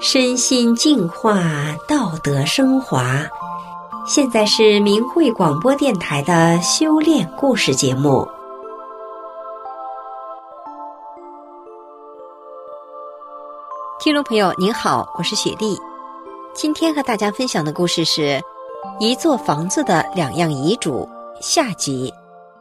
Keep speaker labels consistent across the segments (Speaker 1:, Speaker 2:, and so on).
Speaker 1: 身心净化，道德升华。现在是明慧广播电台的修炼故事节目。听众朋友您好，我是雪莉。今天和大家分享的故事是一座房子的2样遗嘱下集。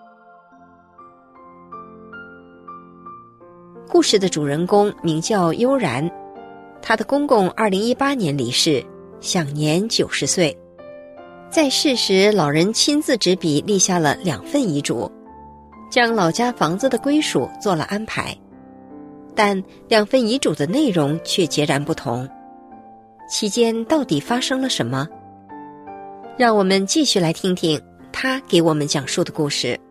Speaker 1: 故事的主人公名叫悠然，他的公公2018年离世，享年90岁。在世时，老人亲自执笔立下了2份遗嘱，将老家房子的归属做了安排，但2份遗嘱的内容却截然不同。期间到底发生了什么？让我们继续来听听他给我们讲述的故事。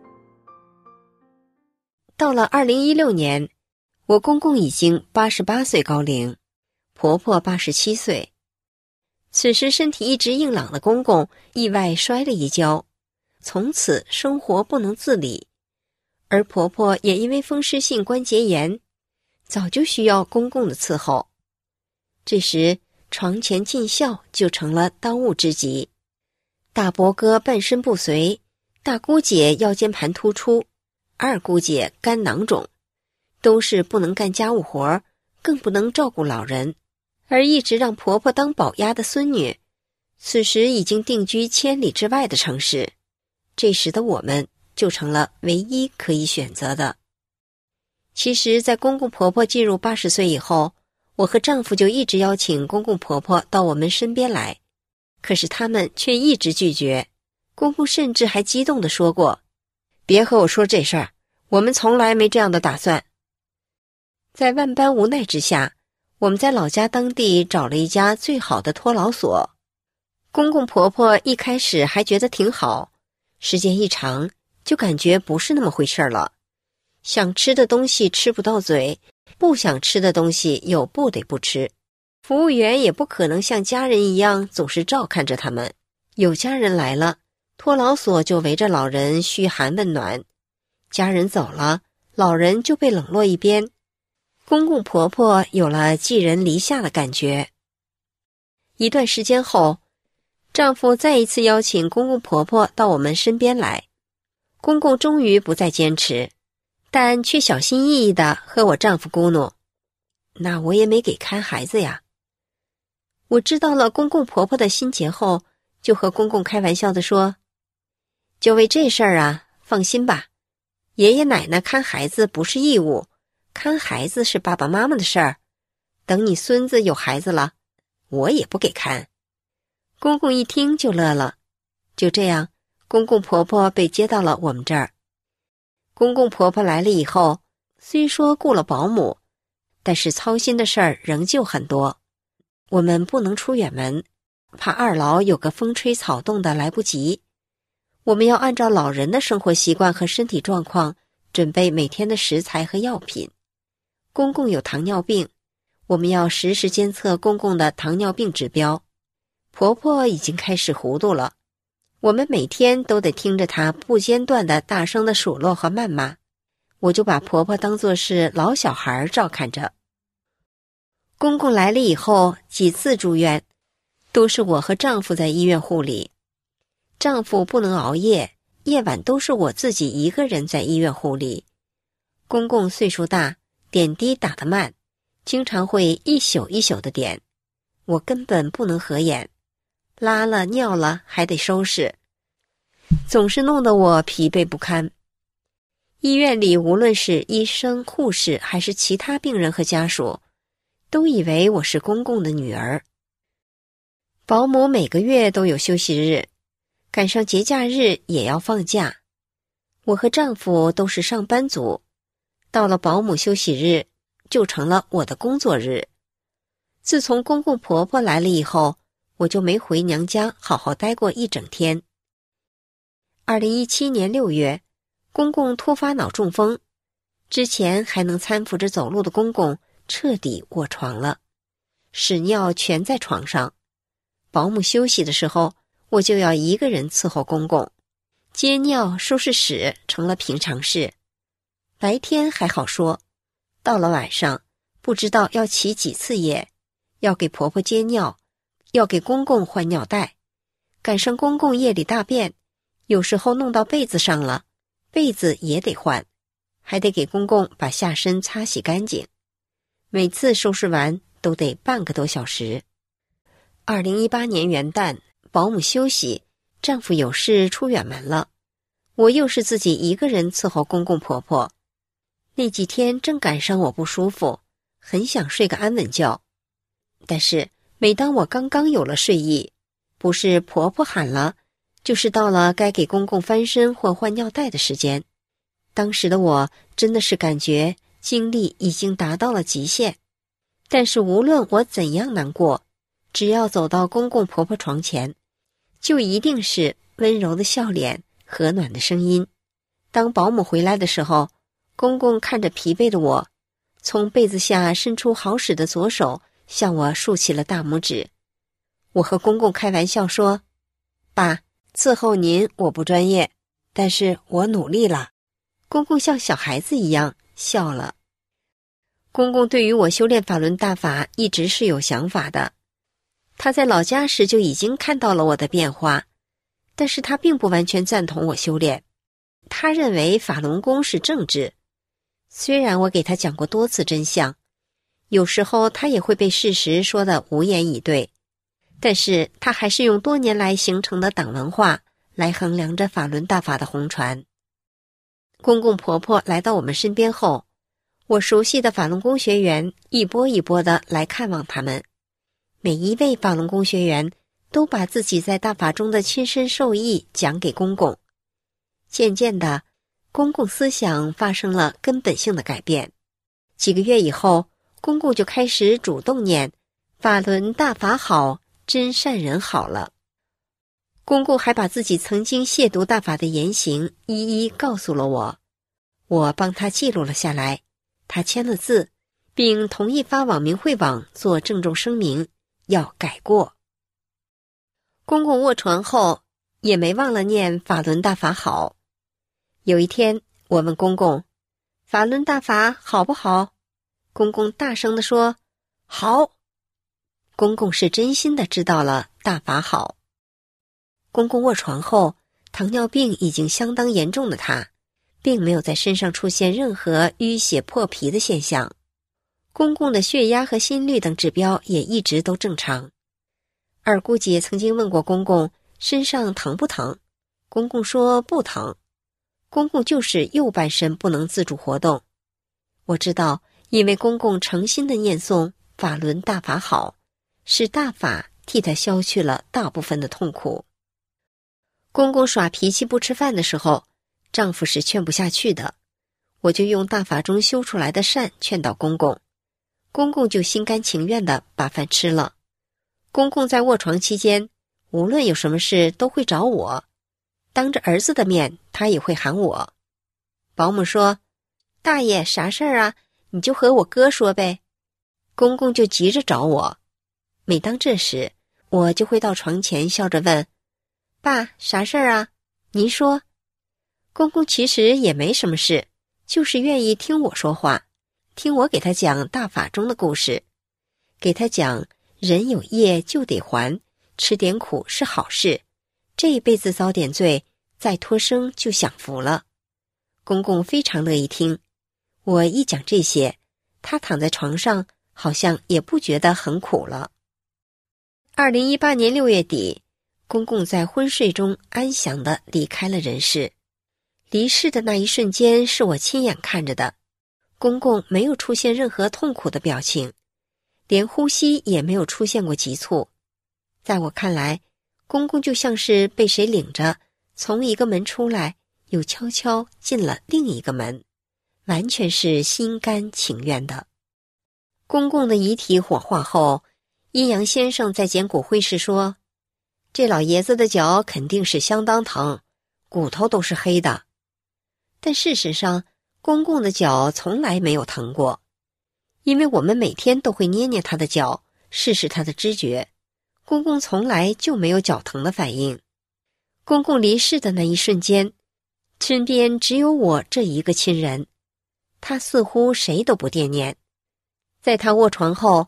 Speaker 1: 到了2016年，我公公已经88岁高龄，婆婆87岁。此时身体一直硬朗的公公意外摔了一跤，从此生活不能自理，而婆婆也因为风湿性关节炎，早就需要公公的伺候。这时床前尽孝就成了当务之急。大伯哥半身不遂，大姑姐腰间盘突出，二姑姐肝囊肿，都是不能干家务活，更不能照顾老人。而一直让婆婆当保鸭的孙女，此时已经定居千里之外的城市，这时的我们就成了唯一可以选择的。其实在公公婆婆进入80岁以后，我和丈夫就一直邀请公公婆婆到我们身边来，可是他们却一直拒绝。公公甚至还激动地说过，别和我说这事儿，我们从来没这样的打算。在万般无奈之下，我们在老家当地找了一家最好的托老所。公公婆婆一开始还觉得挺好，时间一长就感觉不是那么回事了。想吃的东西吃不到嘴，不想吃的东西又不得不吃。服务员也不可能像家人一样总是照看着他们，有家人来了，托老所就围着老人嘘寒问暖，家人走了，老人就被冷落一边。公公婆婆有了寄人篱下的感觉。一段时间后，丈夫再一次邀请公公婆婆到我们身边来，公公终于不再坚持，但却小心翼翼地和我丈夫咕哝，那我也没给看孩子呀。我知道了公公婆婆的心结后，就和公公开玩笑地说，就为这事儿啊，放心吧，爷爷奶奶看孩子不是义务，看孩子是爸爸妈妈的事儿，等你孙子有孩子了，我也不给看。公公一听就乐了。就这样，公公婆婆被接到了我们这儿。公公婆婆来了以后，虽说雇了保姆，但是操心的事儿仍旧很多。我们不能出远门，怕二老有个风吹草动的来不及。我们要按照老人的生活习惯和身体状况，准备每天的食材和药品。公公有糖尿病，我们要实时监测公公的糖尿病指标。婆婆已经开始糊涂了，我们每天都得听着她不间断的大声的数落和谩骂，我就把婆婆当作是老小孩照看着。公公来了以后，几次住院，都是我和丈夫在医院护理。丈夫不能熬夜，夜晚都是我自己一个人在医院护理。公公岁数大，点滴打得慢，经常会一宿一宿的点，我根本不能合眼，拉了尿了还得收拾，总是弄得我疲惫不堪。医院里无论是医生、护士还是其他病人和家属，都以为我是公公的女儿。保姆每个月都有休息日，赶上节假日也要放假。我和丈夫都是上班族，到了保姆休息日，就成了我的工作日。自从公公婆婆来了以后，我就没回娘家好好待过一整天。2017年6月，公公突发脑中风，之前还能搀扶着走路的公公彻底卧床了，屎尿全在床上。保姆休息的时候，我就要一个人伺候公公，接尿收拾屎成了平常事。白天还好说，到了晚上，不知道要起几次夜， 要给婆婆接尿，要给公公换尿袋，赶上公公夜里大便，有时候弄到被子上了，被子也得换，还得给公公把下身擦洗干净。每次收拾完都得半个多小时。2018年元旦，保姆休息，丈夫有事出远门了，我又是自己一个人伺候公公婆婆。那几天正赶上我不舒服，很想睡个安稳觉。但是每当我刚刚有了睡意，不是婆婆喊了，就是到了该给公公翻身或换尿袋的时间。当时的我真的是感觉精力已经达到了极限，但是无论我怎样难过，只要走到公公婆婆床前，就一定是温柔的笑脸，和暖的声音。当保姆回来的时候，公公看着疲惫的我，从被子下伸出好使的左手，向我竖起了大拇指。我和公公开玩笑说：“爸，伺候您我不专业，但是我努力了。”公公像小孩子一样笑了。公公对于我修炼法轮大法一直是有想法的，他在老家时就已经看到了我的变化，但是他并不完全赞同我修炼。他认为法轮功是正治，虽然我给他讲过多次真相，有时候他也会被事实说得无言以对，但是他还是用多年来形成的党文化来衡量着法轮大法的红传。公公婆婆来到我们身边后，我熟悉的法轮功学员一波一波的来看望他们。每一位法轮功学员都把自己在大法中的亲身受益讲给公公。渐渐的，公公思想发生了根本性的改变。几个月以后，公公就开始主动念法轮大法好，真善人好了。公公还把自己曾经亵渎大法的言行一一告诉了我，我帮他记录了下来，他签了字，并同意发往明慧网做郑重声明，要改过。公公卧床后也没忘了念法轮大法好。有一天我问公公，法轮大法好不好？公公大声地说，好。公公是真心的知道了大法好。公公卧床后，糖尿病已经相当严重的他，并没有在身上出现任何淤血破皮的现象。公公的血压和心率等指标也一直都正常。二姑姐曾经问过公公身上疼不疼，公公说不疼。公公就是右半身不能自主活动。我知道，因为公公诚心的念诵法轮大法好，是大法替他消去了大部分的痛苦。公公耍脾气不吃饭的时候，丈夫是劝不下去的，我就用大法中修出来的善劝导公公，公公就心甘情愿地把饭吃了。公公在卧床期间，无论有什么事都会找我，当着儿子的面他也会喊我。保姆说，大爷啥事儿啊，你就和我哥说呗。公公就急着找我，每当这时，我就会到床前笑着问，爸，啥事儿啊？您说。公公其实也没什么事，就是愿意听我说话，听我给他讲大法中的故事，给他讲人有业就得还，吃点苦是好事，这一辈子遭点罪，再脱生就享福了。公公非常乐意听，我一讲这些，他躺在床上好像也不觉得很苦了。2018年6月底，公公在昏睡中安详地离开了人世。离世的那一瞬间是我亲眼看着的，公公没有出现任何痛苦的表情，连呼吸也没有出现过急促。在我看来，公公就像是被谁领着，从一个门出来，又悄悄进了另一个门，完全是心甘情愿的。公公的遗体火化后，阴阳先生在捡骨灰时说，这老爷子的脚肯定是相当疼，骨头都是黑的。但事实上，公公的脚从来没有疼过，因为我们每天都会捏捏他的脚，试试他的知觉，公公从来就没有脚疼的反应。公公离世的那一瞬间，身边只有我这一个亲人，他似乎谁都不惦念。在他卧床后，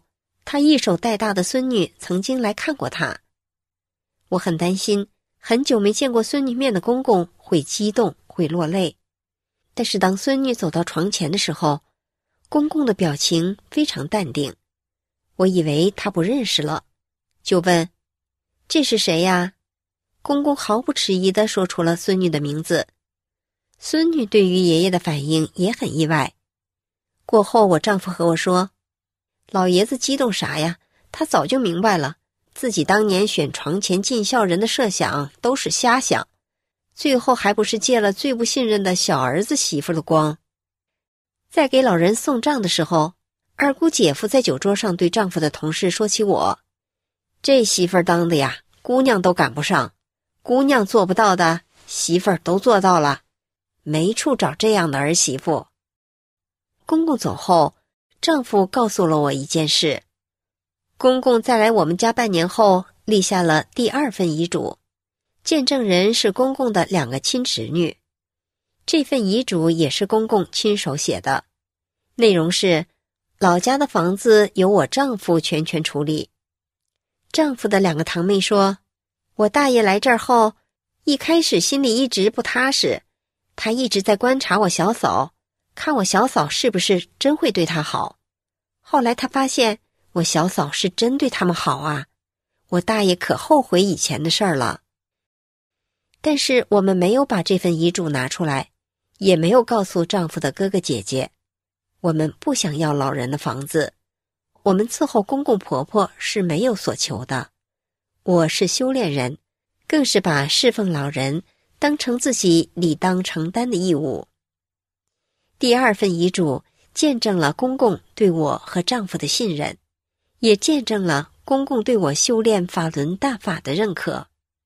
Speaker 1: 他一手带大的孙女曾经来看过他。我很担心很久没见过孙女面的公公会激动，会落泪。但是当孙女走到床前的时候，公公的表情非常淡定。我以为他不认识了，就问：这是谁呀？公公毫不迟疑地说出了孙女的名字。孙女对于爷爷的反应也很意外。过后我丈夫和我说，老爷子激动啥呀？他早就明白了，自己当年选床前尽孝人的设想都是瞎想，最后还不是借了最不信任的小儿子媳妇的光。在给老人送葬的时候，二姑姐夫在酒桌上对丈夫的同事说起我，这媳妇儿当的呀，姑娘都赶不上，姑娘做不到的，媳妇儿都做到了，没处找这样的儿媳妇。公公走后，丈夫告诉了我一件事，公公在来我们家半年后立下了第2份遗嘱，见证人是公公的2个亲侄女。这份遗嘱也是公公亲手写的，内容是老家的房子由我丈夫全权处理。丈夫的2个堂妹说，我大爷来这儿后，一开始心里一直不踏实，他一直在观察我小嫂，看我小嫂是不是真会对他好。后来他发现我小嫂是真对他们好啊，我大爷可后悔以前的事儿了。但是我们没有把这份遗嘱拿出来，也没有告诉丈夫的哥哥姐姐，我们不想要老人的房子，我们伺候公公婆婆是没有所求的。我是修炼人，更是把侍奉老人当成自己理当承担的义务。第2份遗嘱见证了公公对我和丈夫的信任，也见证了公公对我修炼法轮大法的认可。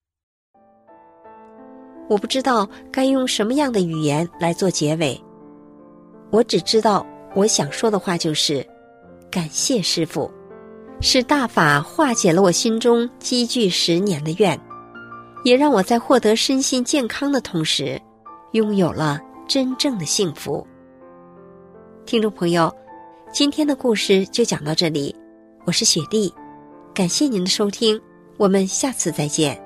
Speaker 1: 我不知道该用什么样的语言来做结尾，我只知道我想说的话就是感谢师父，是大法化解了我心中积聚10年的怨，也让我在获得身心健康的同时，拥有了真正的幸福。听众朋友，今天的故事就讲到这里，我是雪莉，感谢您的收听，我们下次再见。